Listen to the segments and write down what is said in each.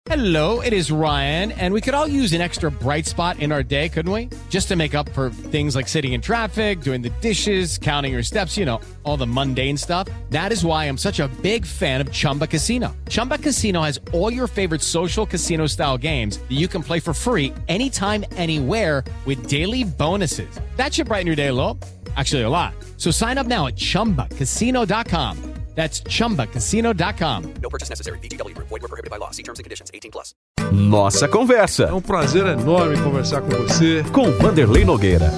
Hello, it is Ryan, and we could all use an extra bright spot in our day, couldn't we? Just to make up for things like sitting in traffic, doing the dishes, counting your steps, you know, all the mundane stuff. That is why I'm such a big fan of Chumba Casino. Chumba Casino has all your favorite social casino-style games that you can play for free anytime, anywhere with daily bonuses. That should brighten your day a little. Actually, a lot. So sign up now at ChumbaCasino.com. That's ChumbaCasino.com. No purchase necessary. VGW Group. Void where prohibited by law. See terms and conditions. 18+. Nossa Conversa. É um prazer enorme conversar com você. Com Vanderlei Nogueira.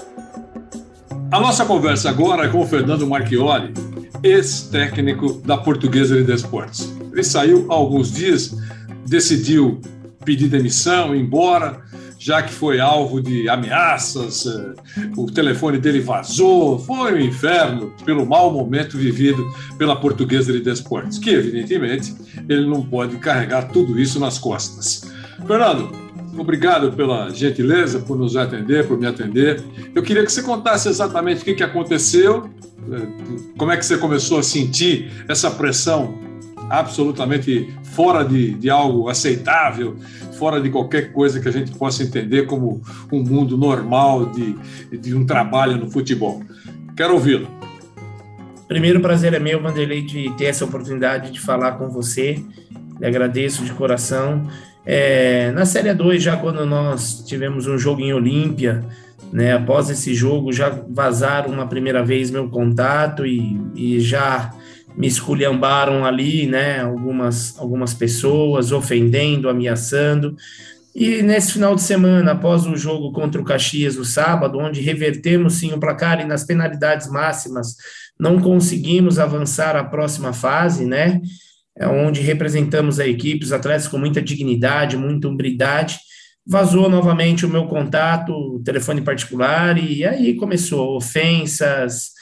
A nossa conversa agora é com o Fernando Marchioli, ex-técnico da Portuguesa de Desportos. Ele saiu há alguns dias, decidiu pedir demissão, ir embora, já que foi alvo de ameaças, o telefone dele vazou, foi um inferno pelo mau momento vivido pela Portuguesa de Desportos, que evidentemente ele não pode carregar tudo isso nas costas. Fernando, obrigado pela gentileza, por nos atender, por me atender. Eu queria que você contasse exatamente o que aconteceu, como é que você começou a sentir essa pressão absolutamente fora de algo aceitável, fora de qualquer coisa que a gente possa entender como um mundo normal de um trabalho no futebol. Quero ouvi-lo. Primeiro, prazer é meu, Vanderlei, de ter essa oportunidade de falar com você. Lhe agradeço de coração. Na Série 2, já quando nós tivemos um jogo em Olímpia, né, após esse jogo, já vazaram uma primeira vez meu contato e já me esculhambaram ali, né, algumas pessoas, ofendendo, ameaçando. E nesse final de semana, após o jogo contra o Caxias no sábado, onde revertemos sim o placar e nas penalidades máximas não conseguimos avançar à próxima fase, né, onde representamos a equipe, os atletas com muita dignidade, muita hombridade, vazou novamente o meu contato, o telefone particular, e aí começou ofensas,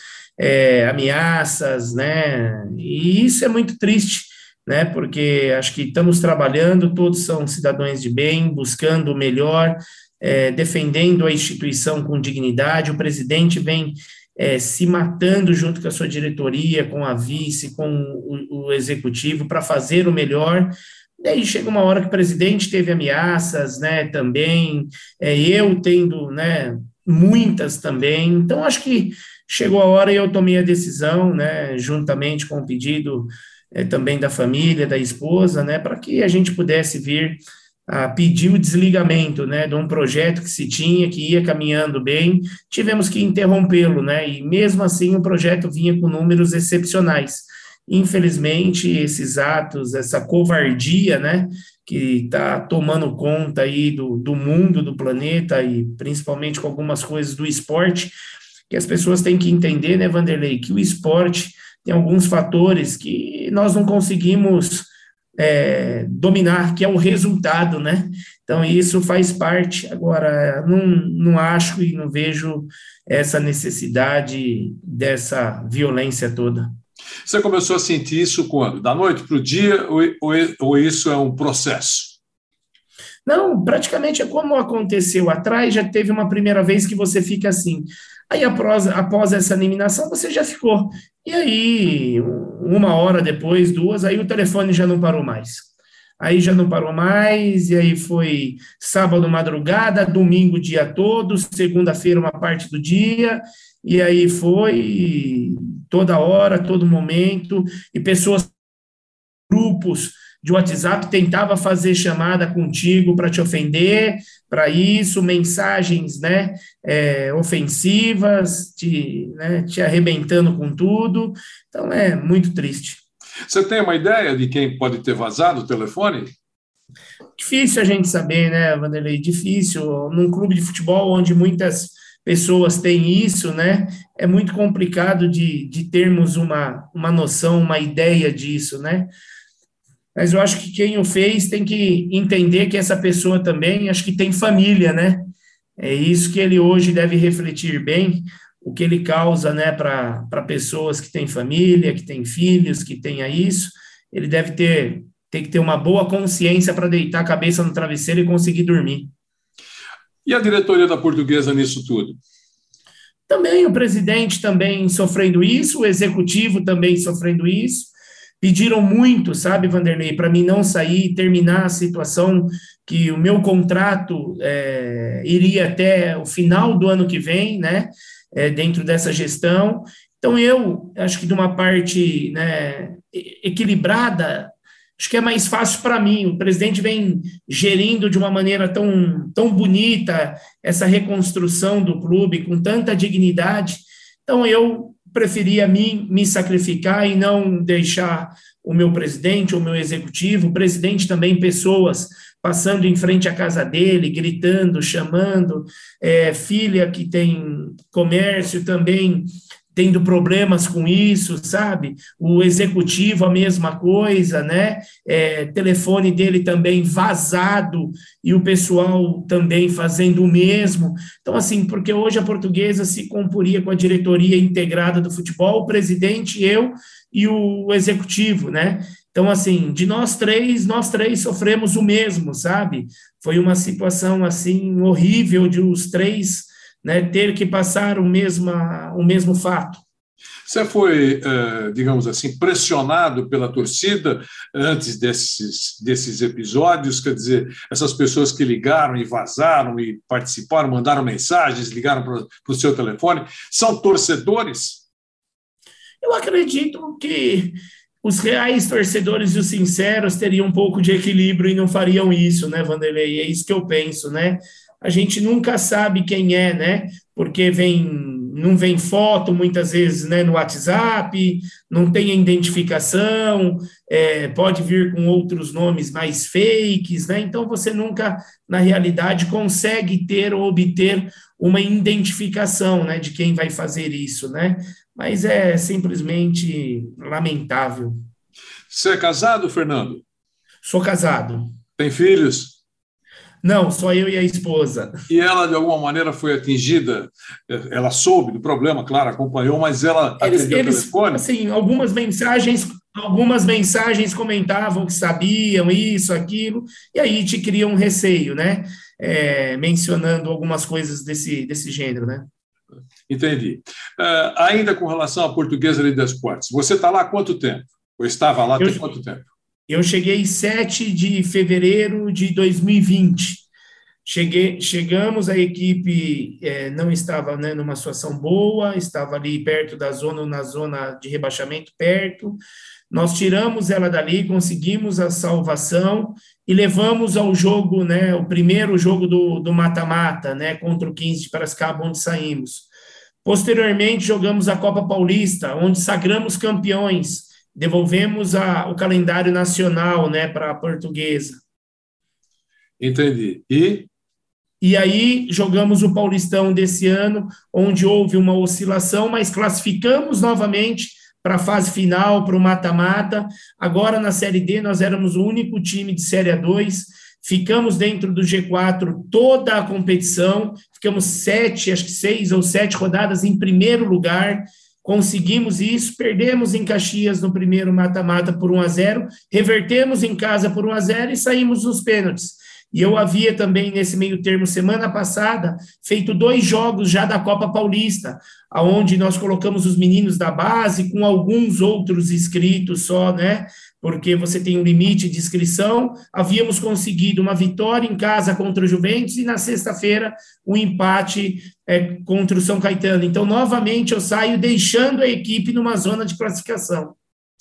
ameaças, né, e isso é muito triste, né, porque acho que estamos trabalhando, todos são cidadãos de bem, buscando o melhor, defendendo a instituição com dignidade. O presidente vem se matando junto com a sua diretoria, com a vice, com o executivo, para fazer o melhor. E aí chega uma hora que o presidente teve ameaças, né, também, eu tendo, né, muitas também. Então, acho que chegou a hora e eu tomei a decisão, né, juntamente com o pedido também da família, da esposa, né, para que a gente pudesse vir a pedir o desligamento, né, de um projeto que se tinha, que ia caminhando bem, tivemos que interrompê-lo, né, e mesmo assim o projeto vinha com números excepcionais. Infelizmente, esses atos, essa covardia, né, que está tomando conta aí do mundo, do planeta, e principalmente com algumas coisas do esporte, que as pessoas têm que entender, né, Vanderlei, que o esporte tem alguns fatores que nós não conseguimos dominar, que é o resultado, né? Então, isso faz parte. Agora, não acho e não vejo essa necessidade dessa violência toda. Você começou a sentir isso quando? Da noite para o dia ou isso é um processo? Não, praticamente é como aconteceu atrás, já teve uma primeira vez que você fica assim. Aí, após essa eliminação, você já ficou. E aí, 1 hora depois, 2, aí o telefone já não parou mais. Aí já não parou mais, e aí foi sábado madrugada, domingo o dia todo, segunda-feira uma parte do dia, e aí foi toda hora, todo momento, e pessoas, grupos de WhatsApp tentava fazer chamada contigo para te ofender, para isso, mensagens, né, ofensivas, te arrebentando com tudo. Então, é muito triste. Você tem uma ideia de quem pode ter vazado o telefone? Difícil a gente saber, né, Vanderlei? Difícil. Num clube de futebol onde muitas pessoas têm isso, né, é muito complicado de termos uma noção, uma ideia disso, né? Mas eu acho que quem o fez tem que entender que essa pessoa também, acho que tem família, né? É isso que ele hoje deve refletir bem, o que ele causa, né, para pessoas que têm família, que têm filhos, que tenha isso. Ele deve ter que ter uma boa consciência para deitar a cabeça no travesseiro e conseguir dormir. E a diretoria da Portuguesa nisso tudo? Também o presidente também sofrendo isso, o executivo também sofrendo isso. pediram muito, sabe, Vanderlei, para mim não sair, terminar a situação que o meu contrato iria até o final do ano que vem, né, dentro dessa gestão. Então, eu acho que de uma parte, né, equilibrada, acho que é mais fácil para mim. O presidente vem gerindo de uma maneira tão bonita essa reconstrução do clube, com tanta dignidade. Então, eu preferia me sacrificar e não deixar o meu presidente ou o meu executivo, o presidente também, pessoas passando em frente à casa dele, gritando, chamando, filha que tem comércio também tendo problemas com isso, sabe? O executivo, a mesma coisa, né? Telefone dele também vazado e o pessoal também fazendo o mesmo. Então, assim, porque hoje a Portuguesa se comporia com a diretoria integrada do futebol, o presidente, eu e o executivo, né? Então, assim, de nós três sofremos o mesmo, sabe? Foi uma situação, assim, horrível de os três, né, ter que passar o mesmo fato. Você foi, digamos assim, pressionado pela torcida antes desses episódios? Quer dizer, essas pessoas que ligaram e vazaram e participaram, mandaram mensagens, ligaram para o seu telefone, são torcedores? Eu acredito que os reais torcedores e os sinceros teriam um pouco de equilíbrio e não fariam isso, né, Vanderlei? É isso que eu penso, né? A gente nunca sabe quem é, né? Porque não vem foto muitas vezes, né, no WhatsApp, não tem identificação, pode vir com outros nomes mais fakes, né? Então você nunca, na realidade, consegue ter ou obter uma identificação, né, de quem vai fazer isso, né? Mas é simplesmente lamentável. Você é casado, Fernando? Sou casado. Tem filhos? Não, só eu e a esposa. E ela, de alguma maneira, foi atingida? Ela soube do problema, claro, acompanhou, mas ela atendeu o telefone? Assim, algumas mensagens comentavam que sabiam isso, aquilo, e aí te cria um receio, né? Mencionando algumas coisas desse gênero, né? Entendi. Ainda com relação à Portuguesa de Desportos, você está lá há quanto tempo? Ou estava lá há quanto tempo? Eu cheguei 7 de fevereiro de 2020. Chegamos, a equipe não estava, né, numa situação boa, estava ali perto da zona, na zona de rebaixamento, perto. Nós tiramos ela dali, conseguimos a salvação e levamos ao jogo, né, o primeiro jogo do mata-mata, né, contra o 15 de Piracicaba, onde saímos. Posteriormente, jogamos a Copa Paulista, onde sagramos campeões. Devolvemos o calendário nacional, né, para a Portuguesa. Entendi. E aí jogamos o Paulistão desse ano, onde houve uma oscilação, mas classificamos novamente para a fase final, para o mata-mata. Agora, na Série D, nós éramos o único time de Série A2, ficamos dentro do G4 toda a competição, ficamos 6 ou 7 rodadas em primeiro lugar, conseguimos isso, perdemos em Caxias no primeiro mata-mata por 1-0, revertemos em casa por 1-0 e saímos nos pênaltis. E eu havia também, nesse meio termo, semana passada, feito 2 jogos já da Copa Paulista, onde nós colocamos os meninos da base com alguns outros inscritos só, né? Porque você tem um limite de inscrição. Havíamos conseguido uma vitória em casa contra o Juventus e na sexta-feira um empate contra o São Caetano. Então, novamente, eu saio deixando a equipe numa zona de classificação.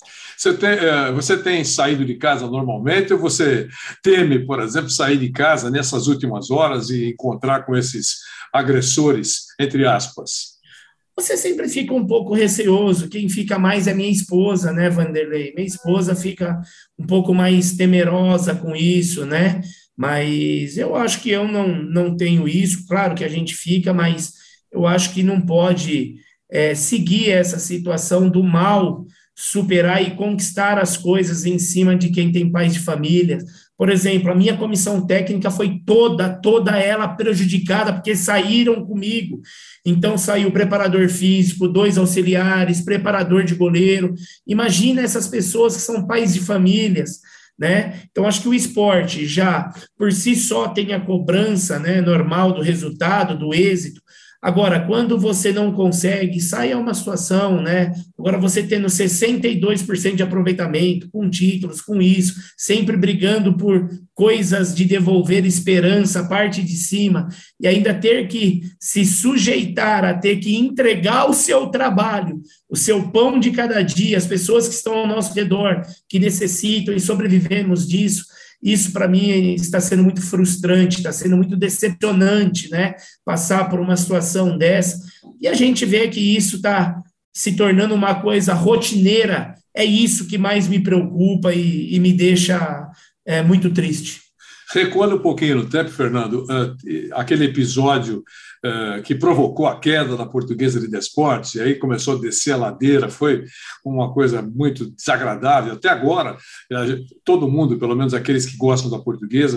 Você tem saído de casa normalmente ou você teme, por exemplo, sair de casa nessas últimas horas e encontrar com esses agressores, entre aspas? Você sempre fica um pouco receoso. Quem fica mais é minha esposa, né, Vanderlei? Minha esposa fica um pouco mais temerosa com isso, né? Mas eu acho que eu não tenho isso. Claro que a gente fica, mas eu acho que não pode seguir essa situação do mal, superar e conquistar as coisas em cima de quem tem pais de família. Por exemplo, a minha comissão técnica foi toda ela prejudicada, porque saíram comigo. Então, saiu o preparador físico, 2 auxiliares, preparador de goleiro. Imagina essas pessoas que são pais de famílias, né? Então, acho que o esporte já, por si só, tem a cobrança, né, normal do resultado, do êxito. Agora, quando você não consegue, sai a uma situação, né? Agora você tendo 62% de aproveitamento, com títulos, com isso, sempre brigando por coisas de devolver esperança, a parte de cima, e ainda ter que se sujeitar a ter que entregar o seu trabalho, o seu pão de cada dia, as pessoas que estão ao nosso redor, que necessitam e sobrevivemos disso. Isso, para mim, está sendo muito frustrante, está sendo muito decepcionante, né? Passar por uma situação dessa. E a gente vê que isso está se tornando uma coisa rotineira. É isso que mais me preocupa e me deixa muito triste. Recuando um pouquinho no tempo, Fernando, aquele episódio que provocou a queda da Portuguesa de Desportes, e aí começou a descer a ladeira, foi uma coisa muito desagradável. Até agora, todo mundo, pelo menos aqueles que gostam da Portuguesa,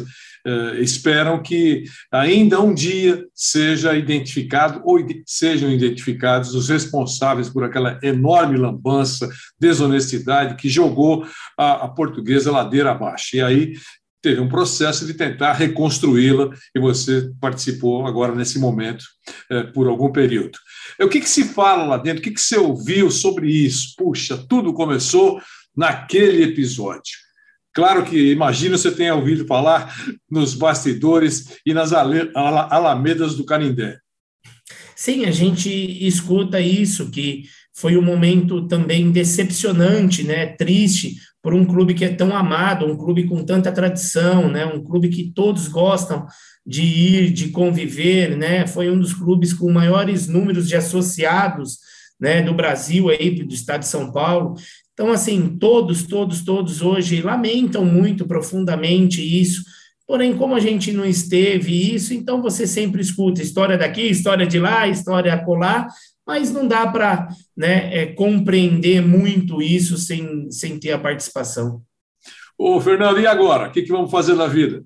esperam que ainda um dia seja identificado ou sejam identificados os responsáveis por aquela enorme lambança, desonestidade que jogou a Portuguesa ladeira abaixo. E aí teve um processo de tentar reconstruí-la e você participou agora nesse momento por algum período. O que se fala lá dentro? O que você ouviu sobre isso? Puxa, tudo começou naquele episódio. Claro que imagino você tenha ouvido falar nos bastidores e nas alamedas do Canindé. Sim, a gente escuta isso, que foi um momento também decepcionante, né, triste, por um clube que é tão amado, um clube com tanta tradição, né, um clube que todos gostam de ir, de conviver, né, foi um dos clubes com maiores números de associados, né, do Brasil, aí, do estado de São Paulo. Então, assim, todos hoje lamentam muito profundamente isso. Porém, como a gente não esteve isso, então você sempre escuta história daqui, história de lá, história acolá, mas não dá para, né, compreender muito isso sem ter a participação. Ô, Fernando, e agora? O que vamos fazer na vida?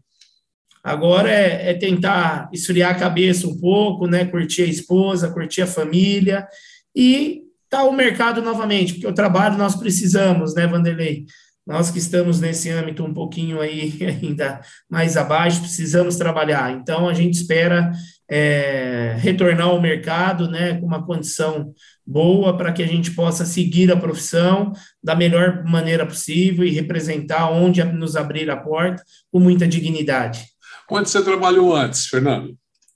Agora é tentar esfriar a cabeça um pouco, né, curtir a esposa, curtir a família e tá o mercado novamente, porque o trabalho nós precisamos, né, Vanderlei? Nós que estamos nesse âmbito um pouquinho aí ainda mais abaixo, precisamos trabalhar. Então, a gente espera retornar ao mercado, né, com uma condição boa para que a gente possa seguir a profissão da melhor maneira possível e representar onde nos abrir a porta com muita dignidade. Onde você trabalhou antes, Fernando?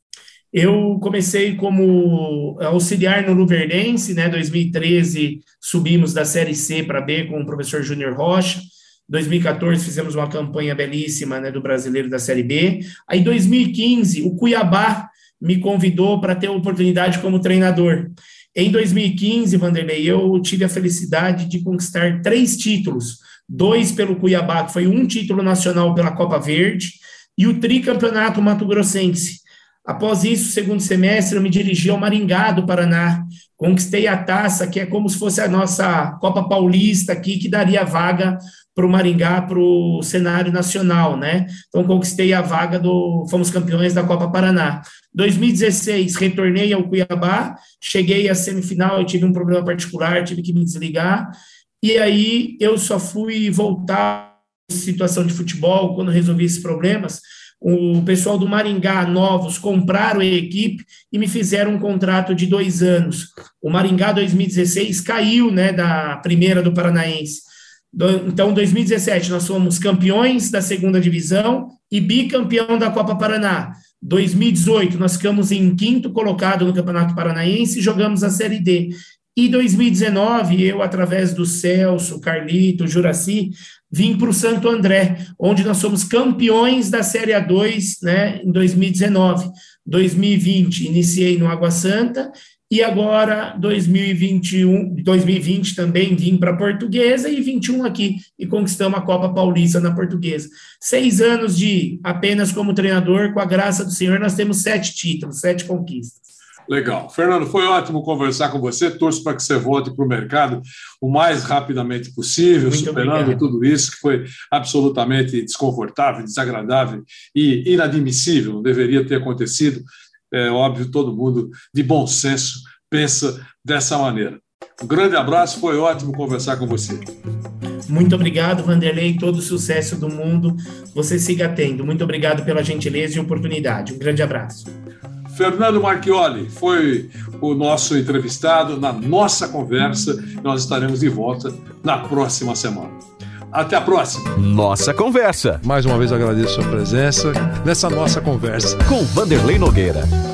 Eu comecei como auxiliar no Luverdense, né? 2013 subimos da Série C para B com o professor Júnior Rocha. 2014 fizemos uma campanha belíssima, né, do Brasileiro da Série B. Aí 2015 o Cuiabá me convidou para ter a oportunidade como treinador. Em 2015, Vanderlei, eu tive a felicidade de conquistar 3 títulos. 2 pelo Cuiabá, que foi um título nacional pela Copa Verde, e o tricampeonato mato-grossense. Após isso, segundo semestre, eu me dirigi ao Maringá do Paraná, conquistei a taça, que é como se fosse a nossa Copa Paulista aqui, que daria vaga para o Maringá, para o cenário nacional, né? Então, conquistei a vaga fomos campeões da Copa Paraná. 2016, retornei ao Cuiabá, cheguei à semifinal, eu tive um problema particular, tive que me desligar, e aí eu só fui voltar à situação de futebol quando resolvi esses problemas. O pessoal do Maringá, novos, compraram a equipe e me fizeram um contrato de 2 anos. O Maringá 2016 caiu, né, da primeira do Paranaense. Então, em 2017, nós fomos campeões da segunda divisão e bicampeão da Copa Paraná. 2018, nós ficamos em 5º colocado no Campeonato Paranaense e jogamos a Série D. E 2019, eu, através do Celso, Carlito, Juraci, vim para o Santo André, onde nós somos campeões da Série A2, né, em 2019. 2020, iniciei no Água Santa, e agora, 2020 também vim para a Portuguesa, e 21 aqui, e conquistamos a Copa Paulista na Portuguesa. 6 anos apenas como treinador, com a graça do Senhor, nós temos 7 títulos, 7 conquistas. Legal. Fernando, foi ótimo conversar com você. Torço para que você volte para o mercado o mais rapidamente possível, muito superando obrigado. Tudo isso que foi absolutamente desconfortável, desagradável e inadmissível. Não deveria ter acontecido. É óbvio, todo mundo de bom senso pensa dessa maneira. Um grande abraço, foi ótimo conversar com você. Muito obrigado, Vanderlei, todo o sucesso do mundo você siga tendo. Muito obrigado pela gentileza e oportunidade. Um grande abraço. Fernando Marchioli foi o nosso entrevistado na nossa conversa. Nós estaremos de volta na próxima semana. Até a próxima. Nossa Conversa. Mais uma vez agradeço a sua presença nessa nossa conversa. Com Vanderlei Nogueira.